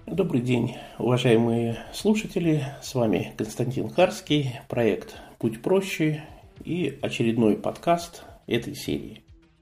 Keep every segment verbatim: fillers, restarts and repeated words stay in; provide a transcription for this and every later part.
Добрый день, уважаемые слушатели. С вами Константин Харский, проект «Путь проще» и очередной подкаст этой серии.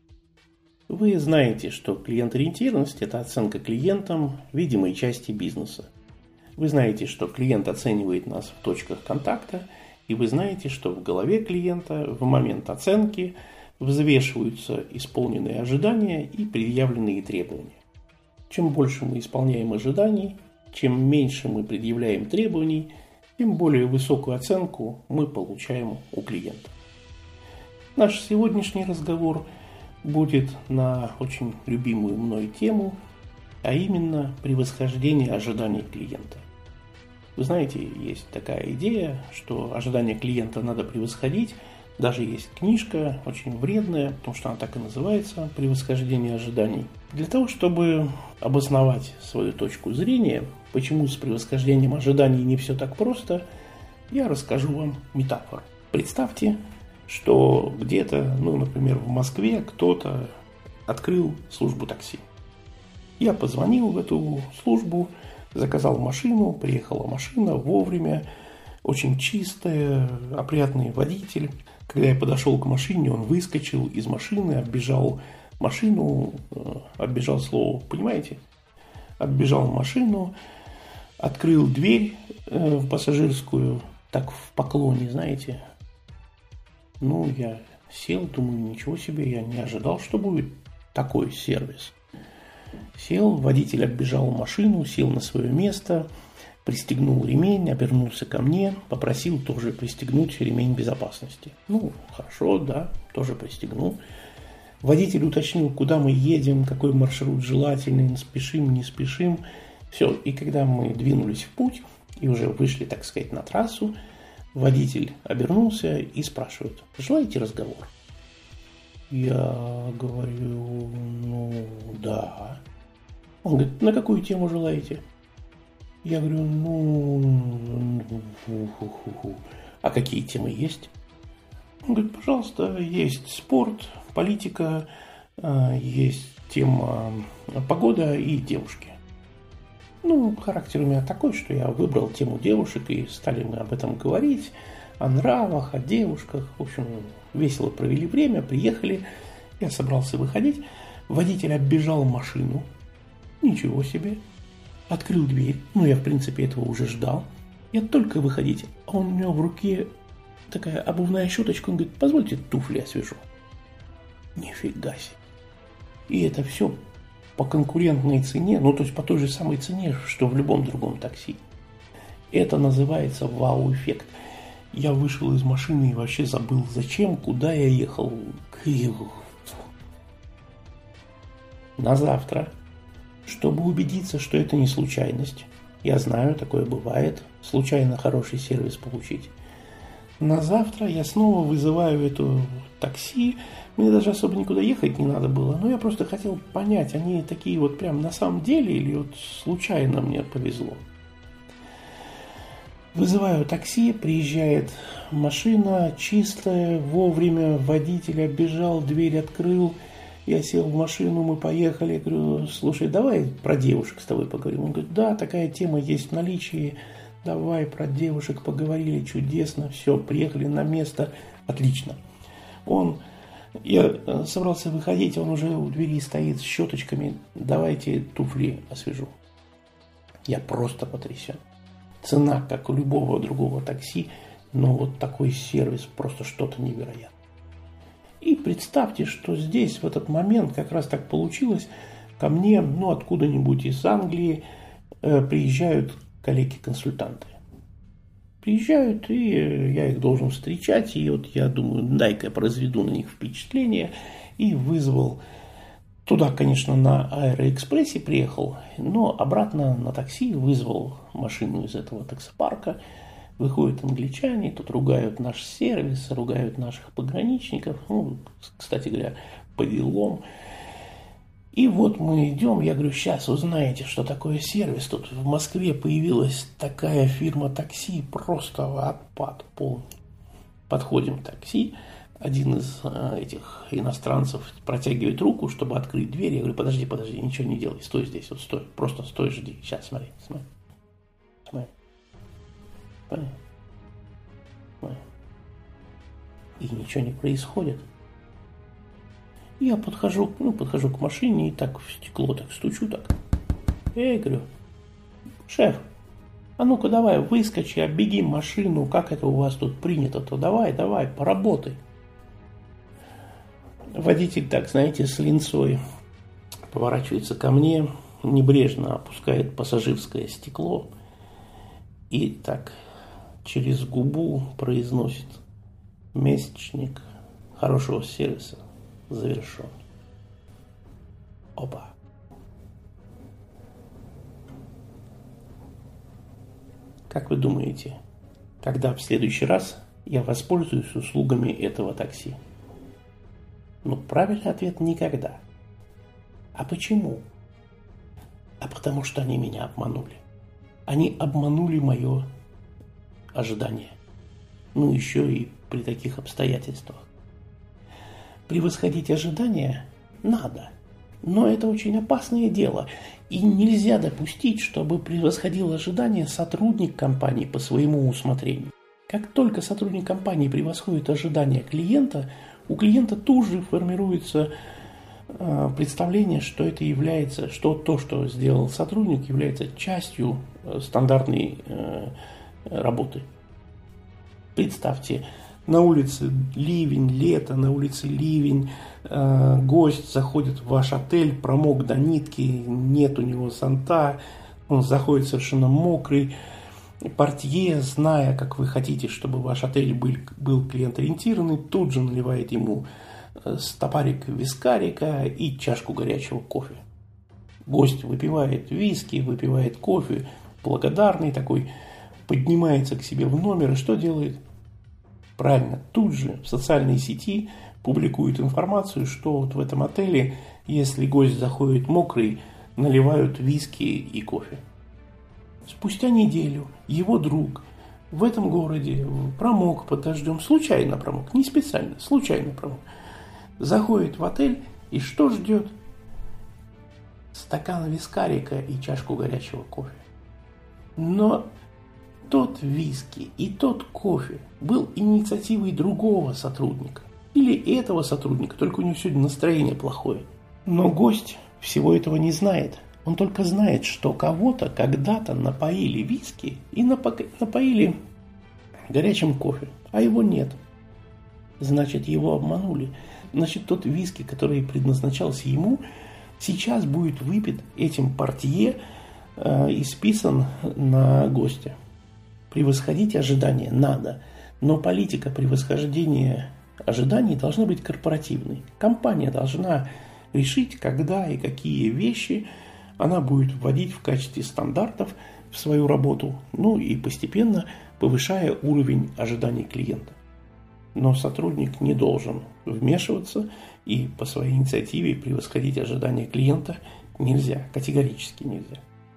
Вы знаете, что клиент-ориентированность – это оценка клиентам видимой части бизнеса. Вы знаете, что клиент оценивает нас в точках контакта, и вы знаете, что в голове клиента в момент оценки взвешиваются исполненные ожидания и предъявленные требования. Чем больше мы исполняем ожиданий, чем меньше мы предъявляем требований, тем более высокую оценку мы получаем у клиента. Наш сегодняшний разговор будет на очень любимую мной тему, а именно превосхождение ожиданий клиента. Вы знаете, есть такая идея, что ожидания клиента надо превосходить. Даже есть книжка, очень вредная, потому что она так и называется «Превосхождение ожиданий». Для того, чтобы обосновать свою точку зрения, почему с превосхождением ожиданий не все так просто, я расскажу вам метафору. Представьте, что где-то, ну, например, в Москве кто-то открыл службу такси. Я позвонил в эту службу, заказал машину, приехала машина вовремя, очень чистая, опрятный водитель. Когда я подошел к машине, он выскочил из машины, оббежал машину, оббежал слово, понимаете? Оббежал машину, открыл дверь в пассажирскую, так в поклоне, знаете. Ну, я сел, думаю, ничего себе, я не ожидал, что будет такой сервис. Сел, водитель оббежал машину, сел на свое место, пристегнул ремень, обернулся ко мне, попросил тоже пристегнуть ремень безопасности. Ну, хорошо, да, тоже пристегнул. Водитель уточнил, куда мы едем, какой маршрут желательный, спешим, не спешим. Все, и когда мы двинулись в путь и уже вышли, так сказать, на трассу, водитель обернулся и спрашивает: желаете разговор? Я говорю, ну, да. Он говорит, на какую тему желаете? Я говорю, ну, а какие темы есть? Он говорит, пожалуйста, есть спорт, политика, есть тема погода и девушки. Ну, характер у меня такой, что я выбрал тему девушек, и стали мы об этом говорить, о нравах, о девушках. В общем, весело провели время, приехали, я собрался выходить. Водитель оббежал машину, ничего себе. Открыл дверь, ну я в принципе этого уже ждал. Я только выходить, а он у него в руке такая обувная щеточка, он говорит, позвольте туфли освежу. Нифига себе. И это все по конкурентной цене, ну то есть по той же самой цене, что в любом другом такси. Это называется вау-эффект. Я вышел из машины и вообще забыл, зачем, куда я ехал. На завтра, чтобы убедиться, что это не случайность, я знаю, такое бывает, случайно хороший сервис получить. На завтра я снова вызываю это такси, мне даже особо никуда ехать не надо было, но я просто хотел понять, они такие вот прям на самом деле или вот случайно мне повезло. Вызываю такси, приезжает машина чистая, вовремя, водитель оббежал, дверь открыл. Я сел в машину, мы поехали, я говорю, слушай, давай про девушек с тобой поговорим. Он говорит, да, такая тема есть в наличии, давай про девушек поговорили, чудесно, все, приехали на место, отлично. Он, я собрался выходить, он уже у двери стоит с щеточками, давайте туфли освежу. Я просто потрясен. Цена, как у любого другого такси, но вот такой сервис, просто что-то невероятное. И представьте, что здесь в этот момент как раз так получилось, ко мне, ну, откуда-нибудь из Англии э, приезжают коллеги-консультанты. Приезжают, и я их должен встречать, и вот я думаю, дай-ка я произведу на них впечатление, и вызвал. Туда, конечно, на Аэроэкспрессе приехал, но обратно на такси вызвал машину из этого таксопарка. Выходят англичане, тут ругают наш сервис, ругают наших пограничников, ну, кстати говоря, по делам. И вот мы идем, я говорю, сейчас узнаете, что такое сервис. Тут в Москве появилась такая фирма такси, просто отпад полный. Подходим к такси, один из а, этих иностранцев протягивает руку, чтобы открыть дверь. Я говорю, подожди, подожди, ничего не делай, стой здесь, вот стой, просто стой, жди. Сейчас, смотри, смотри, смотри, смотри, смотри. И ничего не происходит. Я подхожу, ну, подхожу к машине и так в стекло так стучу, так. Эй, говорю, шеф, а ну-ка давай, выскочи, оббеги машину, как это у вас тут принято-то, давай, давай, поработай. Водитель так, знаете, с линцой поворачивается ко мне, небрежно опускает пассажирское стекло и так через губу произносит: месячник хорошего сервиса завершен. Опа. Как вы думаете, когда в следующий раз я воспользуюсь услугами этого такси? Ну, правильный ответ – никогда. А почему? А потому что они меня обманули. Они обманули мое ожидание. Ну, еще и при таких обстоятельствах. Превосходить ожидания надо, но это очень опасное дело, и нельзя допустить, чтобы превосходил ожидания сотрудник компании по своему усмотрению. Как только сотрудник компании превосходит ожидания клиента, у клиента тут же формируется э, представление, что это является, что то, что сделал сотрудник, является частью э, стандартной э, работы. Представьте, на улице ливень, лето, на улице ливень, э, гость заходит в ваш отель, промок до нитки, нет у него зонта, он заходит совершенно мокрый. Портье, зная, как вы хотите, чтобы ваш отель был, был клиент-ориентированный, тут же наливает ему стопарик вискарика и чашку горячего кофе. Гость выпивает виски, выпивает кофе, благодарный такой, поднимается к себе в номер и что делает? Правильно, тут же в социальной сети публикует информацию, что вот в этом отеле, если гость заходит мокрый, наливают виски и кофе. Спустя неделю его друг в этом городе промок под дождем, случайно промок, не специально, случайно промок, заходит в отель и что ждет? Стакан вискарика и чашку горячего кофе. Но тот виски и тот кофе был инициативой другого сотрудника. Или этого сотрудника, только у него сегодня настроение плохое. Но гость всего этого не знает. Он только знает, что кого-то когда-то напоили виски и напоили горячим кофе, а его нет. Значит, его обманули. Значит, тот виски, который предназначался ему, сейчас будет выпит этим портье э, и списан на гостя. Превосходить ожидания надо, но политика превосхождения ожиданий должна быть корпоративной. Компания должна решить, когда и какие вещи она будет вводить в качестве стандартов в свою работу, ну и постепенно повышая уровень ожиданий клиента. Но сотрудник не должен вмешиваться и по своей инициативе превосходить ожидания клиента нельзя, категорически нельзя.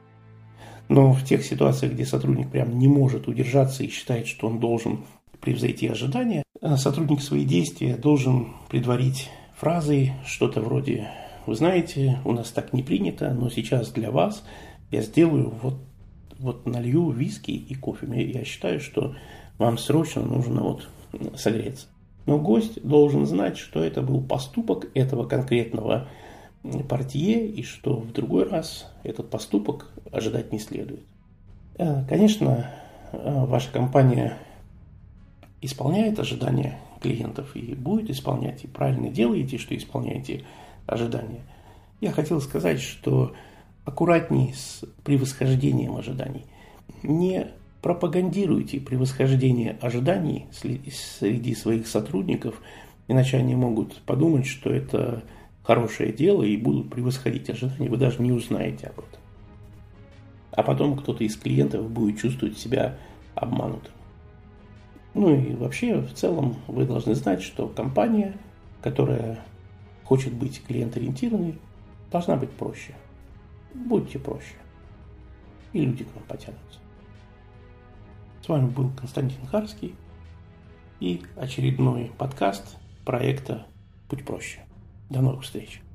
Но в тех ситуациях, где сотрудник прям не может удержаться и считает, что он должен превзойти ожидания, сотрудник свои действия должен предварить фразой что-то вроде: вы знаете, у нас так не принято, но сейчас для вас я сделаю вот, вот налью виски и кофе. Я считаю, что вам срочно нужно вот согреться. Но гость должен знать, что это был поступок этого конкретного портье, и что в другой раз этот поступок ожидать не следует. Конечно, ваша компания исполняет ожидания клиентов и будет исполнять, и правильно делаете, что исполняете ожидания. Я хотел сказать, что аккуратней с превосхождением ожиданий. Не пропагандируйте превосхождение ожиданий среди своих сотрудников, иначе они могут подумать, что это хорошее дело и будут превосходить ожидания, вы даже не узнаете об этом. А потом кто-то из клиентов будет чувствовать себя обманутым. Ну и вообще, в целом, вы должны знать, что компания, которая хочет быть клиент-ориентированной, должна быть проще. Будьте проще. И люди к вам потянутся. С вами был Константин Харский и очередной подкаст проекта «Путь проще». До новых встреч!